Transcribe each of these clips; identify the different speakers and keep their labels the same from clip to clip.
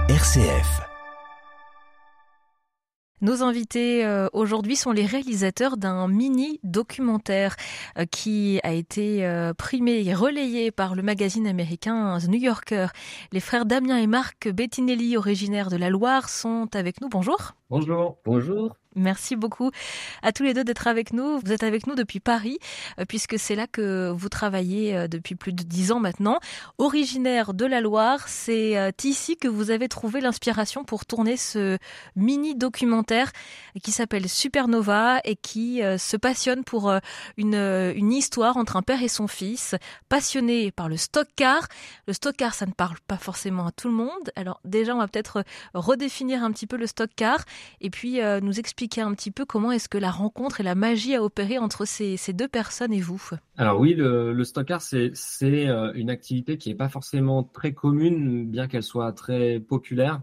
Speaker 1: RCF.
Speaker 2: Nos invités aujourd'hui sont les réalisateurs d'un mini-documentaire qui a été primé et relayé par le magazine américain The New Yorker. Les frères Damien et Marc Bettinelli, originaires de la Loire, sont avec nous. Bonjour.
Speaker 3: Bonjour.
Speaker 4: Bonjour.
Speaker 2: Merci beaucoup à tous les deux d'être avec nous. Vous êtes avec nous depuis Paris, puisque c'est là que vous travaillez depuis plus de 10 ans maintenant. Originaire de la Loire, c'est ici que vous avez trouvé l'inspiration pour tourner ce mini-documentaire qui s'appelle Supernova et qui se passionne pour une histoire entre un père et son fils, passionné par le stock-car. Le stock-car, ça ne parle pas forcément à tout le monde. Alors déjà, on va peut-être redéfinir un petit peu le stock-car et puis nous expliquer un petit peu comment est-ce que la rencontre et la magie a opéré entre ces deux personnes et vous.
Speaker 3: Alors oui, le stock-car, c'est une activité qui n'est pas forcément très commune, bien qu'elle soit très populaire.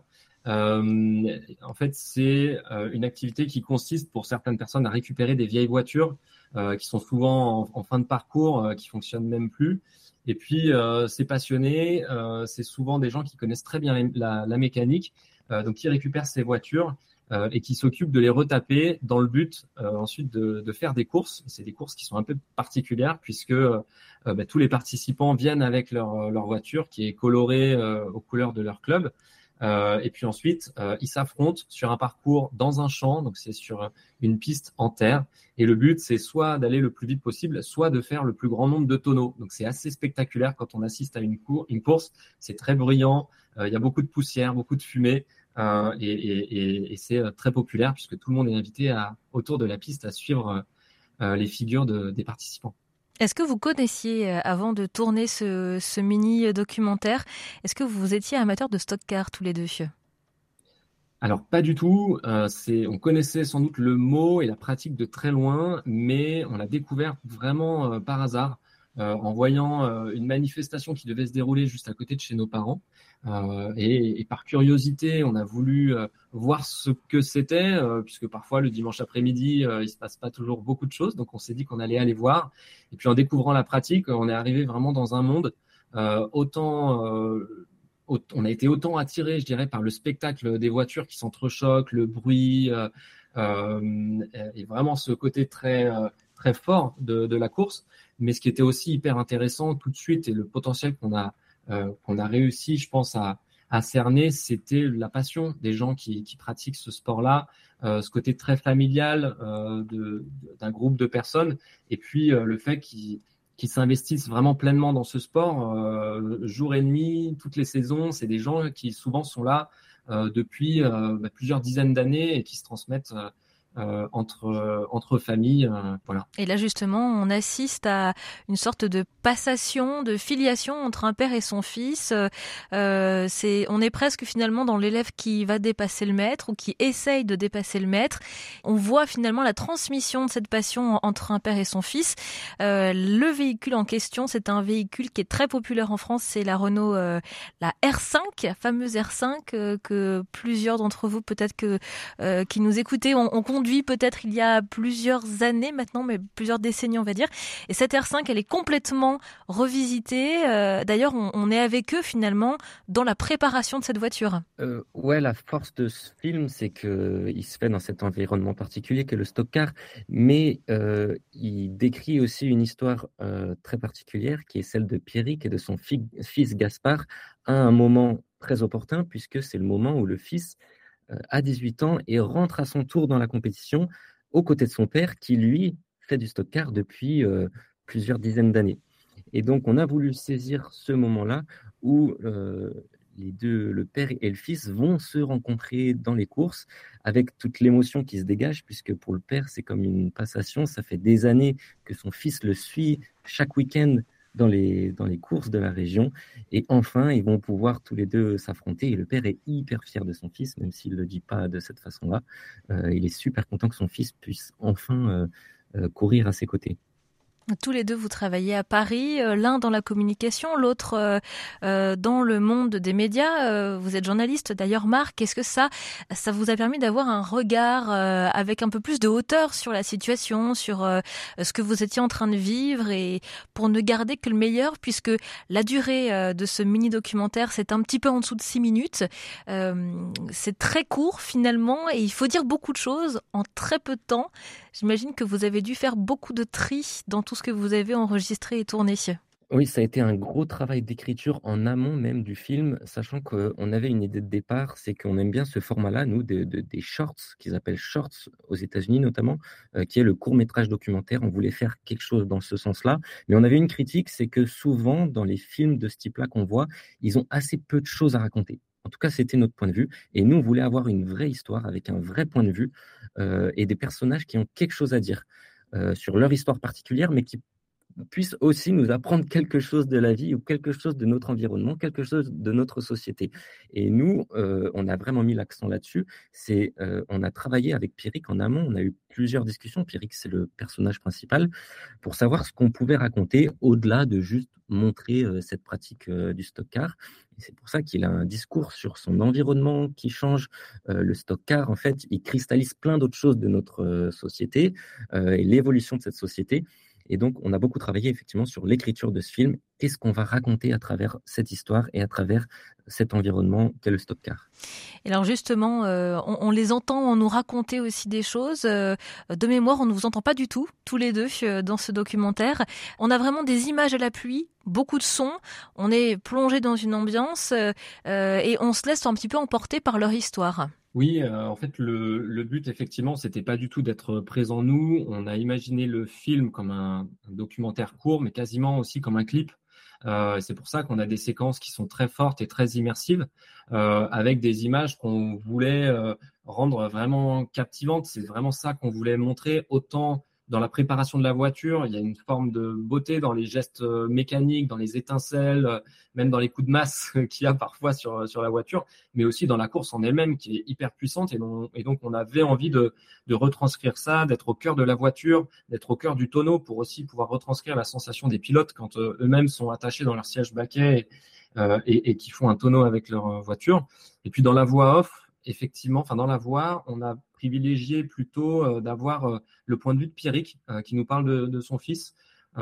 Speaker 3: En fait, c'est une activité qui consiste pour certaines personnes à récupérer des vieilles voitures qui sont souvent en fin de parcours, qui fonctionnent même plus. Et puis, ces passionnés, c'est souvent des gens qui connaissent très bien la mécanique, donc qui récupèrent ces voitures et qui s'occupent de les retaper dans le but ensuite de faire des courses. C'est des courses qui sont un peu particulières puisque tous les participants viennent avec leur voiture qui est colorée aux couleurs de leur club. Et puis ensuite, ils s'affrontent sur un parcours dans un champ, donc c'est sur une piste en terre. Et le but, c'est soit d'aller le plus vite possible, soit de faire le plus grand nombre de tonneaux. Donc c'est assez spectaculaire quand on assiste à une course. C'est très bruyant, il y a beaucoup de poussière, beaucoup de fumée. Et c'est très populaire puisque tout le monde est invité autour de la piste à suivre les figures des participants.
Speaker 2: Est-ce que vous connaissiez, avant de tourner ce mini-documentaire, est-ce que vous étiez amateurs de stock-car tous les deux ?
Speaker 3: Alors pas du tout, on connaissait sans doute le mot et la pratique de très loin, mais on l'a découvert vraiment par hasard. En voyant une manifestation qui devait se dérouler juste à côté de chez nos parents. Et par curiosité, on a voulu voir ce que c'était, puisque parfois le dimanche après-midi, il se passe pas toujours beaucoup de choses. Donc on s'est dit qu'on allait aller voir. Et puis en découvrant la pratique, on est arrivé vraiment dans un monde on a été autant attiré, je dirais, par le spectacle des voitures qui s'entrechoquent, le bruit, et vraiment ce côté très très fort de la course. Mais ce qui était aussi hyper intéressant tout de suite et le potentiel qu'on a réussi, je pense, à cerner, c'était la passion des gens qui pratiquent ce sport-là, ce côté très familial d'un groupe de personnes, et puis le fait qu'ils s'investissent vraiment pleinement dans ce sport, jour et nuit, toutes les saisons. C'est des gens qui souvent sont là depuis plusieurs dizaines d'années et qui se transmettent entre familles, voilà.
Speaker 2: Et là justement, on assiste à une sorte de passation, de filiation entre un père et son fils. On est presque finalement dans l'élève qui va dépasser le maître ou qui essaye de dépasser le maître. On voit finalement la transmission de cette passion entre un père et son fils. Le véhicule en question, c'est un véhicule qui est très populaire en France, c'est la Renault, la R5, la fameuse R5 que plusieurs d'entre vous peut-être qui nous écoutez ont conduit peut-être il y a plusieurs années maintenant, mais plusieurs décennies on va dire. Et cette R5, elle est complètement revisitée. D'ailleurs, on est avec eux finalement dans la préparation de cette voiture.
Speaker 4: Ouais, la force de ce film, c'est qu'il se fait dans cet environnement particulier qu'est le stock-car, mais il décrit aussi une histoire très particulière qui est celle de Pierrick et de son fils Gaspard à un moment très opportun, puisque c'est le moment où le fils a 18 ans et rentre à son tour dans la compétition aux côtés de son père qui, lui, fait du stock-car depuis plusieurs dizaines d'années. Et donc, on a voulu saisir ce moment-là où les deux, le père et le fils, vont se rencontrer dans les courses avec toute l'émotion qui se dégage, puisque pour le père, c'est comme une passation. Ça fait des années que son fils le suit chaque week-end dans les courses de la région. Et enfin, ils vont pouvoir tous les deux s'affronter. Et le père est hyper fier de son fils, même s'il ne le dit pas de cette façon-là. Il est super content que son fils puisse enfin courir à ses côtés.
Speaker 2: Tous les deux, vous travaillez à Paris, l'un dans la communication, l'autre dans le monde des médias. Vous êtes journaliste d'ailleurs, Marc. Est-ce que ça vous a permis d'avoir un regard avec un peu plus de hauteur sur la situation, sur ce que vous étiez en train de vivre, et pour ne garder que le meilleur, puisque la durée de ce mini-documentaire, c'est un petit peu en dessous de 6 minutes. C'est très court finalement, et il faut dire beaucoup de choses en très peu de temps. J'imagine que vous avez dû faire beaucoup de tri dans tout ce que vous avez enregistré et tourné.
Speaker 4: Oui, ça a été un gros travail d'écriture en amont même du film, sachant qu'on avait une idée de départ, c'est qu'on aime bien ce format-là, nous, des shorts, qu'ils appellent shorts aux États-Unis notamment, qui est le court-métrage documentaire. On voulait faire quelque chose dans ce sens-là, mais on avait une critique, c'est que souvent, dans les films de ce type-là qu'on voit, ils ont assez peu de choses à raconter. En tout cas, c'était notre point de vue. Et nous, on voulait avoir une vraie histoire avec un vrai point de vue et des personnages qui ont quelque chose à dire sur leur histoire particulière, mais qui puisse aussi nous apprendre quelque chose de la vie ou quelque chose de notre environnement, quelque chose de notre société. Et nous, on a vraiment mis l'accent là-dessus. On a travaillé avec Pierrick en amont, on a eu plusieurs discussions. Pierrick, c'est le personnage principal, pour savoir ce qu'on pouvait raconter au-delà de juste montrer cette pratique du stock car. Et c'est pour ça qu'il a un discours sur son environnement qui change. Le stock car, en fait, il cristallise plein d'autres choses de notre société et l'évolution de cette société. Et donc, on a beaucoup travaillé effectivement sur l'écriture de ce film. Qu'est-ce qu'on va raconter à travers cette histoire et à travers cet environnement qu'est le stock car.
Speaker 2: Et alors justement, on les entend nous raconter aussi des choses. De mémoire, on ne vous entend pas du tout, tous les deux, dans ce documentaire. On a vraiment des images à la pluie, beaucoup de sons. On est plongé dans une ambiance et on se laisse un petit peu emporter par leur histoire.
Speaker 3: Oui, en fait, le but, effectivement, c'était pas du tout d'être présent nous. On a imaginé le film comme un documentaire court, mais quasiment aussi comme un clip. C'est pour ça qu'on a des séquences qui sont très fortes et très immersives, avec des images qu'on voulait rendre vraiment captivantes. C'est vraiment ça qu'on voulait montrer, autant dans la préparation de la voiture. Il y a une forme de beauté dans les gestes mécaniques, dans les étincelles, même dans les coups de masse qu'il y a parfois sur la voiture, mais aussi dans la course en elle-même qui est hyper puissante. Et donc, on avait envie de retranscrire ça, d'être au cœur de la voiture, d'être au cœur du tonneau pour aussi pouvoir retranscrire la sensation des pilotes quand eux-mêmes sont attachés dans leur siège baquet et qui font un tonneau avec leur voiture. Et puis, dans la voix off, effectivement, enfin dans la voix, on a privilégié plutôt d'avoir le point de vue de Pierrick qui nous parle de son fils.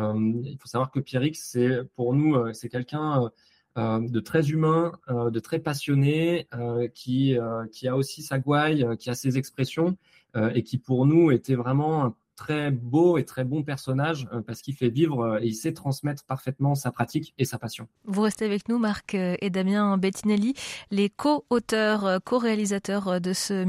Speaker 3: Il faut savoir que Pierrick, pour nous, c'est quelqu'un de très humain, de très passionné, qui a aussi sa gouaille, qui a ses expressions, et qui pour nous était vraiment un très beau et très bon personnage parce qu'il fait vivre et il sait transmettre parfaitement sa pratique et sa passion.
Speaker 2: Vous restez avec nous, Marc et Damien Bettinelli, les co-auteurs, co-réalisateurs de ce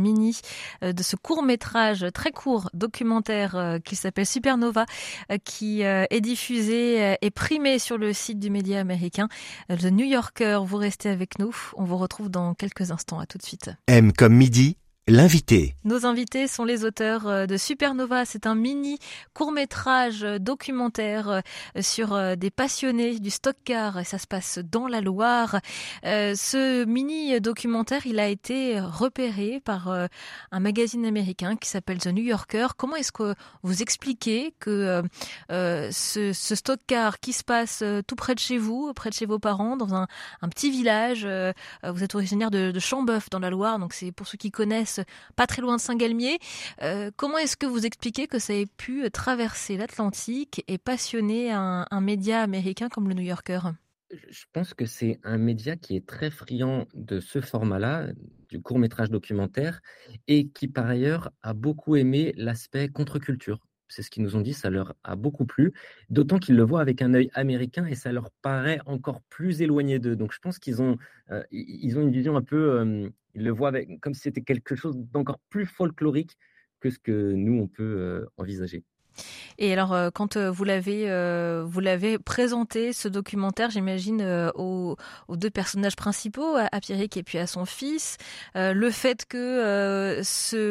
Speaker 2: de ce court-métrage très court documentaire qui s'appelle Supernova, qui est diffusé et primé sur le site du média américain The New Yorker. Vous restez avec nous. On vous retrouve dans quelques instants. À tout de suite.
Speaker 1: M comme midi. L'invité.
Speaker 2: Nos invités sont les auteurs de Supernova. C'est un mini court-métrage documentaire sur des passionnés du stock car. Et ça se passe dans la Loire. Ce mini documentaire, il a été repéré par un magazine américain qui s'appelle The New Yorker. Comment est-ce que vous expliquez que ce stock car qui se passe tout près de chez vous, près de chez vos parents, dans un petit village, vous êtes originaire de Chambeuf dans la Loire, donc c'est pour ceux qui connaissent pas très loin de Saint-Galmier. Comment est-ce que vous expliquez que ça ait pu traverser l'Atlantique et passionner un média américain comme le New Yorker ?
Speaker 4: Je pense que c'est un média qui est très friand de ce format-là, du court-métrage documentaire, et qui par ailleurs a beaucoup aimé l'aspect contre-culture. C'est ce qu'ils nous ont dit, ça leur a beaucoup plu, d'autant qu'ils le voient avec un œil américain et ça leur paraît encore plus éloigné d'eux. Donc je pense qu'ils ont une vision un peu, ils le voient comme si c'était quelque chose d'encore plus folklorique que ce que nous, on peut envisager.
Speaker 2: Et alors, quand vous l'avez présenté, ce documentaire, j'imagine, aux deux personnages principaux, à Pierrick et puis à son fils, le fait que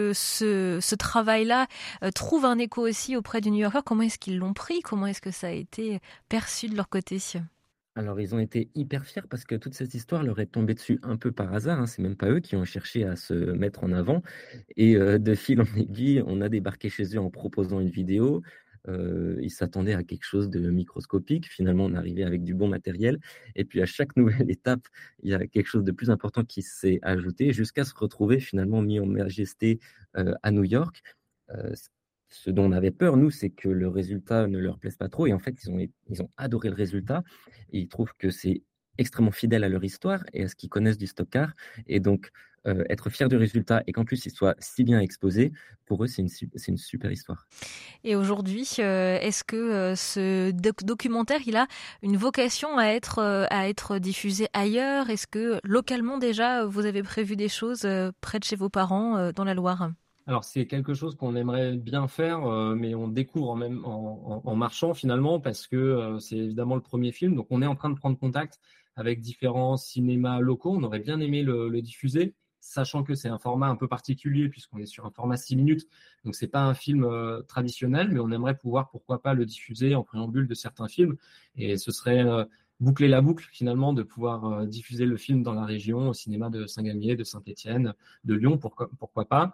Speaker 2: ce travail-là trouve un écho aussi auprès du New Yorker, comment est-ce qu'ils l'ont pris ? Comment est-ce que ça a été perçu de leur côté ?
Speaker 4: Alors, ils ont été hyper fiers parce que toute cette histoire leur est tombée dessus un peu par hasard. C'est même pas eux qui ont cherché à se mettre en avant. Et de fil en aiguille, on a débarqué chez eux en proposant une vidéo. ils s'attendaient à quelque chose de microscopique. Finalement, on est arrivé avec du bon matériel et puis à chaque nouvelle étape, il y a quelque chose de plus important qui s'est ajouté jusqu'à se retrouver finalement mis en majesté, à New York. Ce dont on avait peur, nous, c'est que le résultat ne leur plaise pas trop et en fait, ils ont adoré le résultat et ils trouvent que c'est extrêmement fidèle à leur histoire et à ce qu'ils connaissent du stock car et donc être fier du résultat et qu'en plus il soit si bien exposé, pour eux, c'est une super histoire.
Speaker 2: Et aujourd'hui, est-ce que ce documentaire, il a une vocation à être diffusé ailleurs? Est-ce que localement déjà, vous avez prévu des choses près de chez vos parents dans la Loire?
Speaker 3: Alors c'est quelque chose qu'on aimerait bien faire, mais on découvre en marchant finalement parce que c'est évidemment le premier film. Donc on est en train de prendre contact avec différents cinémas locaux. On aurait bien aimé le diffuser, sachant que c'est un format un peu particulier puisqu'on est sur un format 6 minutes. Donc c'est pas un film traditionnel, mais on aimerait pouvoir, pourquoi pas, le diffuser en préambule de certains films. Et ce serait boucler la boucle finalement de pouvoir diffuser le film dans la région, au cinéma de Saint-Galmier, de Saint-Étienne, de Lyon, pourquoi pas.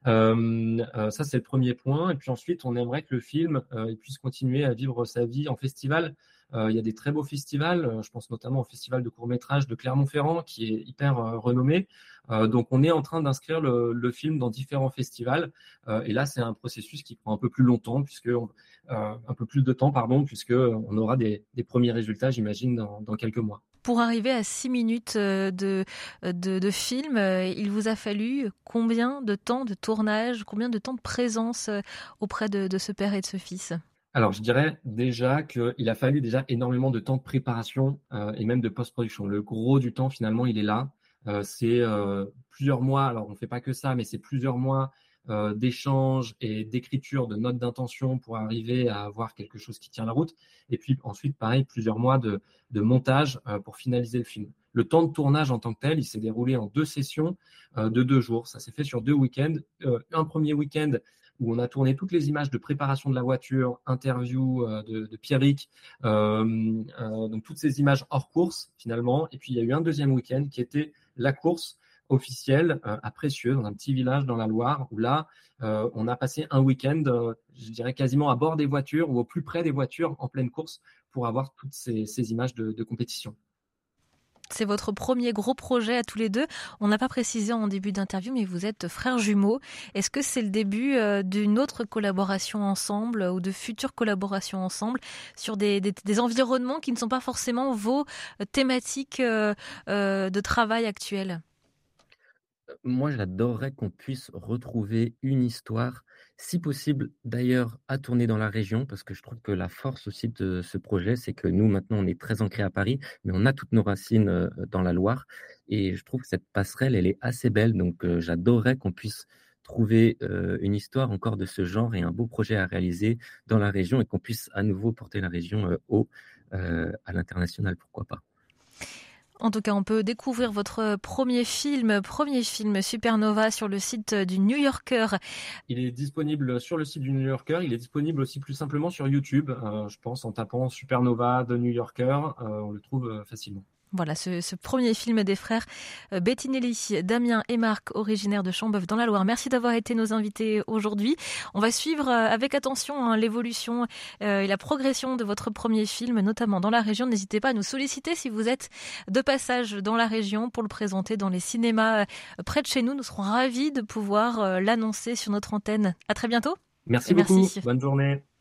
Speaker 3: Ça, c'est le premier point. Et puis ensuite, on aimerait que le film il puisse continuer à vivre sa vie en festival. Il y a des très beaux festivals. Je pense notamment au festival de court-métrage de Clermont-Ferrand, qui est hyper renommé. Donc, on est en train d'inscrire le film dans différents festivals. Et là, c'est un processus qui prend un peu plus longtemps, un peu plus de temps, pardon, puisque on aura des premiers résultats, j'imagine, dans quelques mois.
Speaker 2: Pour arriver à 6 minutes de film, il vous a fallu combien de temps de tournage, combien de temps de présence auprès de ce père et de ce fils?
Speaker 3: Alors, je dirais déjà qu'il a fallu déjà énormément de temps de préparation et même de post-production. Le gros du temps, finalement, il est là. C'est plusieurs mois, alors on ne fait pas que ça, mais c'est plusieurs mois d'échanges et d'écriture de notes d'intention pour arriver à avoir quelque chose qui tient la route. Et puis ensuite, pareil, plusieurs mois de montage pour finaliser le film. Le temps de tournage en tant que tel, il s'est déroulé en 2 sessions de 2 jours. Ça s'est fait sur 2 week-ends. Un premier week-end où on a tourné toutes les images de préparation de la voiture, interview de Pierrick, donc toutes ces images hors course finalement. Et puis il y a eu un deuxième week-end qui était la course officielle à Précieux, dans un petit village dans la Loire, où là, on a passé un week-end, je dirais quasiment à bord des voitures ou au plus près des voitures en pleine course pour avoir toutes ces images de compétition.
Speaker 2: C'est votre premier gros projet à tous les deux. On n'a pas précisé en début d'interview, mais vous êtes frères jumeaux. Est-ce que c'est le début d'une autre collaboration ensemble ou de futures collaborations ensemble sur des environnements qui ne sont pas forcément vos thématiques de travail actuelles?
Speaker 4: Moi, j'adorerais qu'on puisse retrouver une histoire, si possible d'ailleurs à tourner dans la région, parce que je trouve que la force aussi de ce projet, c'est que nous, maintenant, on est très ancrés à Paris, mais on a toutes nos racines dans la Loire. Et je trouve que cette passerelle, elle est assez belle. Donc, j'adorerais qu'on puisse trouver une histoire encore de ce genre et un beau projet à réaliser dans la région et qu'on puisse à nouveau porter la région haut à l'international, pourquoi pas.
Speaker 2: En tout cas, on peut découvrir votre premier film Supernova sur le site du New Yorker.
Speaker 3: Il est disponible sur le site du New Yorker. Il est disponible aussi plus simplement sur YouTube. Je pense en tapant Supernova de New Yorker, on le trouve facilement.
Speaker 2: Voilà, ce premier film des frères Bettinelli, Damien et Marc, originaires de Chambeuf dans la Loire. Merci d'avoir été nos invités aujourd'hui. On va suivre avec attention l'évolution et la progression de votre premier film, notamment dans la région. N'hésitez pas à nous solliciter si vous êtes de passage dans la région pour le présenter dans les cinémas près de chez nous. Nous serons ravis de pouvoir l'annoncer sur notre antenne. À très bientôt.
Speaker 3: Merci beaucoup. Bonne journée.